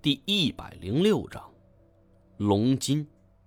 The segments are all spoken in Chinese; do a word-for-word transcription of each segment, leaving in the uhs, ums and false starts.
第一百零六章，龙筋。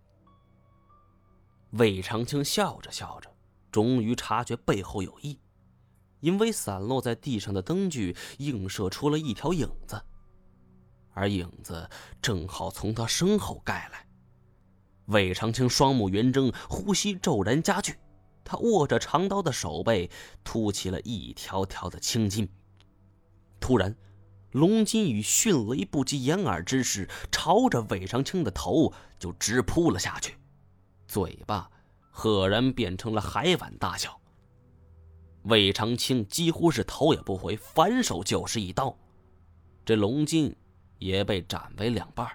魏长青笑着笑着，终于察觉背后有异，因为散落在地上的灯具映射出了一条影子，而影子正好从他身后盖来。魏长青双目圆睁，呼吸骤然加剧，他握着长刀的手背凸起了一条条的青筋。突然，龙筋以迅雷不及掩耳之势朝着魏长青的头就直扑了下去，嘴巴赫然变成了海碗大小。魏长青几乎是头也不回，反手就是一刀，这龙筋也被斩为两半。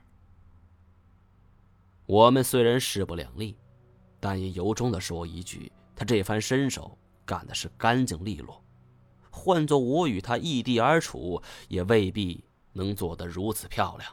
我们虽然势不两立，但也由衷地说一句，他这番身手干的是干净利落，换作我与他异地而处，也未必能做得如此漂亮。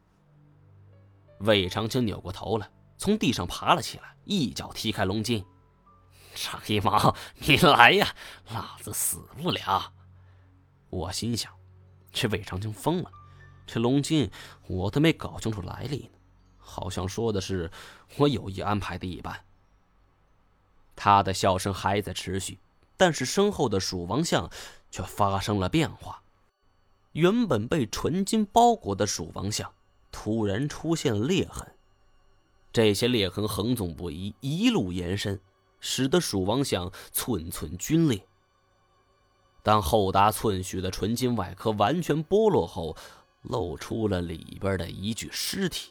魏长青扭过头来，从地上爬了起来，一脚踢开龙筋。张一毛，你来呀，老子死不了。我心想，这魏长青疯了，这龙筋我都没搞清楚来历呢，好像说的是我有意安排的一般。他的笑声还在持续，但是身后的蜀王像却发生了变化。原本被纯金包裹的蜀王像突然出现了裂痕，这些裂痕横纵不一，一路延伸，使得蜀王像寸寸皲裂。当厚达寸许的纯金外壳完全剥落后，露出了里边的一具尸体。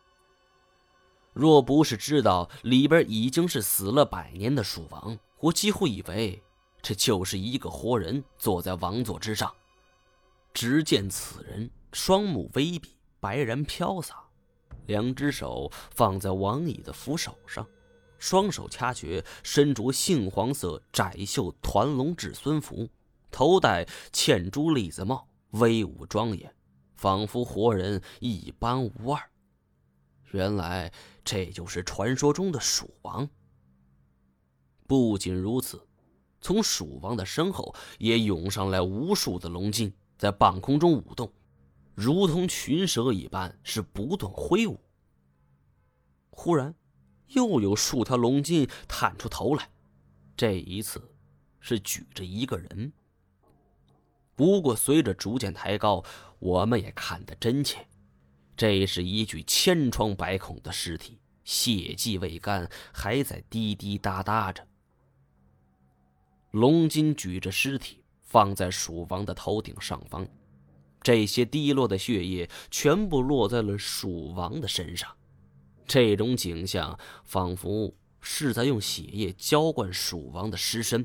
若不是知道里边已经是死了百年的蜀王，我几乎以为这就是一个活人坐在王座之上。只见此人双目微闭，白然飘洒，两只手放在王椅的扶手上，双手掐诀，身着杏黄色窄袖团龙至尊服，头戴嵌珠栗子帽，威武庄严，仿佛活人一般无二。原来这就是传说中的蜀王。不仅如此，从蜀王的身后也涌上来无数的龙筋，在半空中舞动，如同群蛇一般，是不断挥舞。忽然又有数条龙筋探出头来，这一次是举着一个人。不过随着逐渐抬高，我们也看得真切，这是一具千疮百孔的尸体，血迹未干，还在滴滴答答着。龙筋举着尸体放在蜀王的头顶上方，这些滴落的血液全部落在了蜀王的身上。这种景象仿佛是在用血液浇灌蜀王的尸身。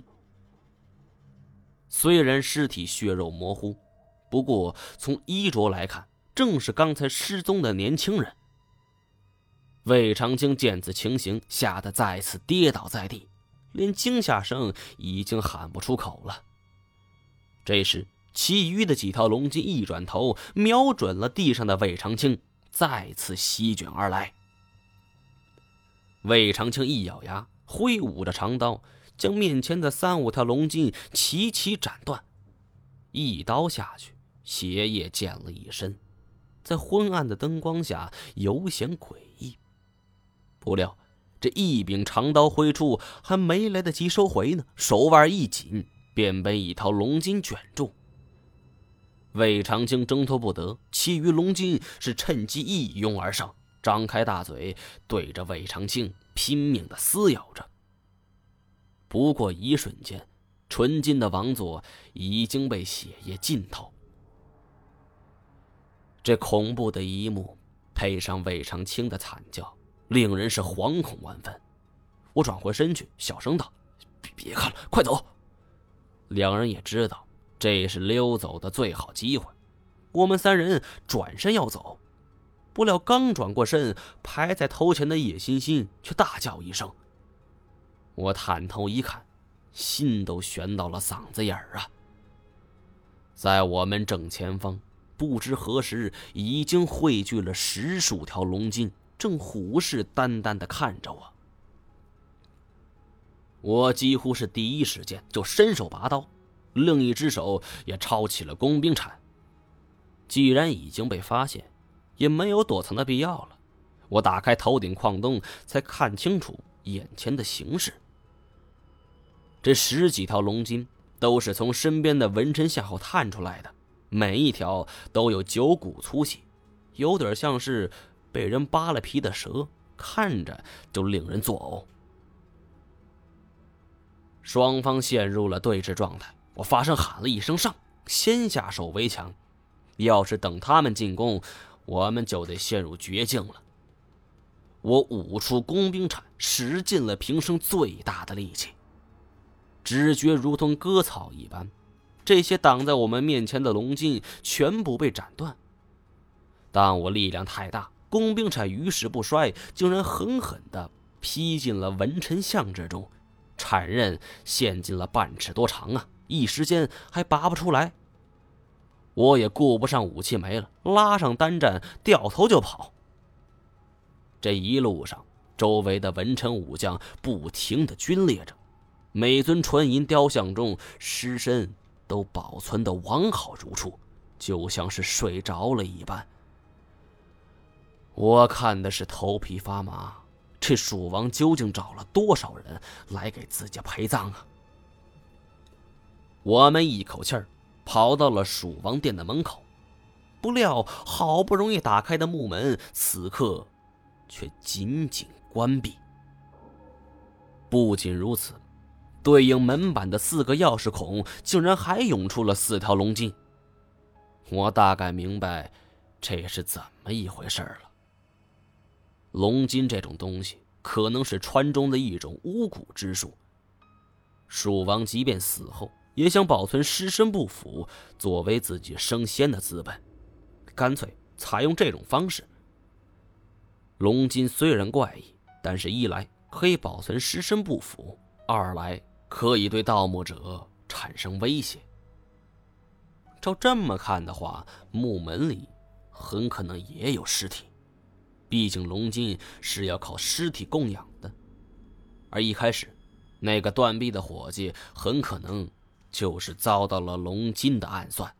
虽然尸体血肉模糊，不过从衣着来看，正是刚才失踪的年轻人。魏长青见此情形，吓得再次跌倒在地，连惊吓声已经喊不出口了。这时其余的几条龙筋一转头，瞄准了地上的魏长青，再次席卷而来。魏长青一咬牙，挥舞着长刀，将面前的三五条龙筋齐齐斩断。一刀下去，血液溅了一身，在昏暗的灯光下尤显诡异。不料这一柄长刀挥出，还没来得及收回呢，手腕一紧，便被一条龙筋卷住。魏长青挣脱不得，其余龙筋是趁机一拥而上，张开大嘴对着魏长青拼命地撕咬着。不过一瞬间，纯金的王座已经被血液浸透。这恐怖的一幕配上魏长青的惨叫，令人是惶恐万分。我转回身去，小声道：别别看了，快走。两人也知道这是溜走的最好机会，我们三人转身要走，不料刚转过身，排在头前的叶欣欣却大叫一声。我探头一看，心都悬到了嗓子眼儿啊！在我们正前方，不知何时已经汇聚了十数条龙筋，正虎视眈眈地看着我。我几乎是第一时间就伸手拔刀，另一只手也抄起了工兵铲。既然已经被发现， 也没有躲藏的必要了。我打开头顶矿洞，才看清楚眼前的形势。这十几条龙筋都是从身边的纹身像后探出来的，每一条都有九股粗细，有点像是被人扒了皮的蛇，看着就令人作呕。双方陷入了对峙状态，我发声喊了一声上，先下手为强。要是等他们进攻，我们就得陷入绝境了。我舞出工兵铲，使尽了平生最大的力气，只觉如同割草一般，这些挡在我们面前的龙筋全部被斩断。但我力量太大，工兵铲于势不衰，竟然狠狠地劈进了文臣像之中，铲刃陷进了半尺多长啊！一时间还拔不出来。我也顾不上武器没了，拉上单战，掉头就跑。这一路上，周围的文臣武将不停地军列着，每尊纯银雕像中尸身都保存得完好如初，就像是睡着了一般。我看的是头皮发麻，这蜀王究竟找了多少人来给自己陪葬啊？我们一口气儿跑到了蜀王殿的门口，不料好不容易打开的木门，此刻却紧紧关闭。不仅如此，对应门板的四个钥匙孔竟然还涌出了四条龙筋。我大概明白这是怎么一回事了。龙筋这种东西可能是川中的一种巫蛊之术，蜀王即便死后也想保存尸身不腐，作为自己升仙的资本，干脆采用这种方式。龙筋虽然怪异，但是一来可以保存尸身不腐，二来可以对盗墓者产生威胁。照这么看的话，墓门里很可能也有尸体，毕竟龙筋是要靠尸体供养的。而一开始那个断臂的伙计很可能就是遭到了龙筋的暗算。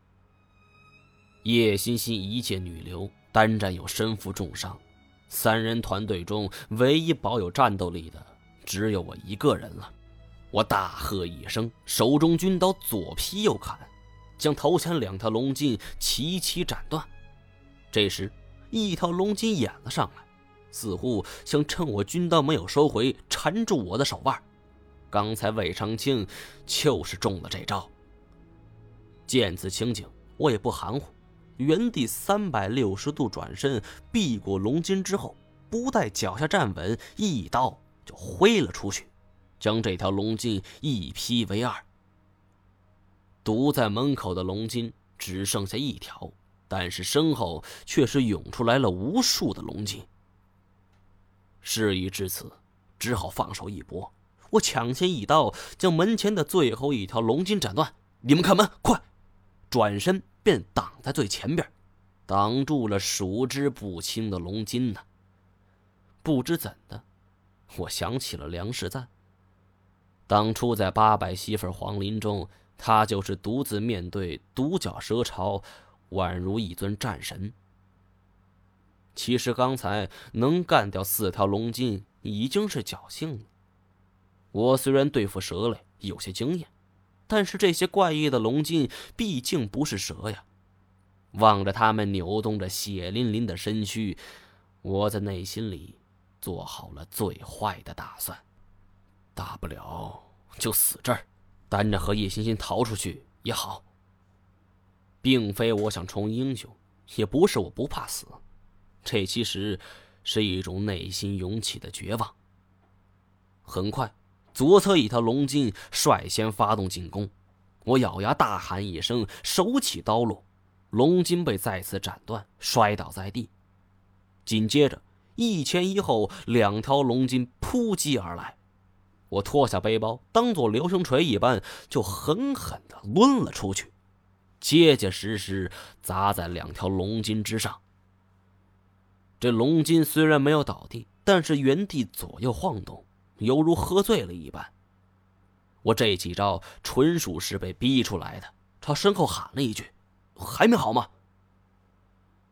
叶欣欣一介女流，单战有身负重伤，三人团队中唯一保有战斗力的只有我一个人了。我大喝一声，手中军刀左劈右砍，将头前两条龙筋齐齐斩断。这时一条龙筋演了上来，似乎想趁我军刀没有收回缠住我的手腕。刚才魏长青就是中了这招。见此情景，我也不含糊，原地三百六十度转身，避过龙筋之后，不待脚下站稳，一刀就挥了出去，将这条龙筋一劈为二。堵在门口的龙筋只剩下一条，但是身后却是涌出来了无数的龙筋。事已至此，只好放手一搏。我抢先一刀将门前的最后一条龙筋斩断。你们看门，快！转身便挡在最前边，挡住了数之不清的龙筋呢。不知怎的，我想起了梁世赞。当初在八百媳妇皇陵中，他就是独自面对独角蛇潮，宛如一尊战神。其实刚才能干掉四条龙筋已经是侥幸了。我虽然对付蛇类有些经验，但是这些怪异的龙筋毕竟不是蛇呀。望着他们扭动着血淋淋的身躯，我在内心里做好了最坏的打算。大不了就死这儿，单着和叶欣欣逃出去也好。并非我想充英雄，也不是我不怕死，这其实是一种内心涌起的绝望。很快，左侧一条龙筋率先发动进攻，我咬牙大喊一声，手起刀落，龙筋被再次斩断，摔倒在地。紧接着一前一后，两条龙筋扑击而来，我脱下背包，当作流星锤一般就狠狠地抡了出去，结结实实砸在两条龙筋之上。这龙筋虽然没有倒地，但是原地左右晃动，犹如喝醉了一般。我这几招纯属是被逼出来的，朝身后喊了一句：“还没好吗？”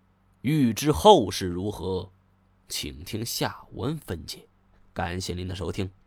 欲知后事如何，请听下文分解。感谢您的收听。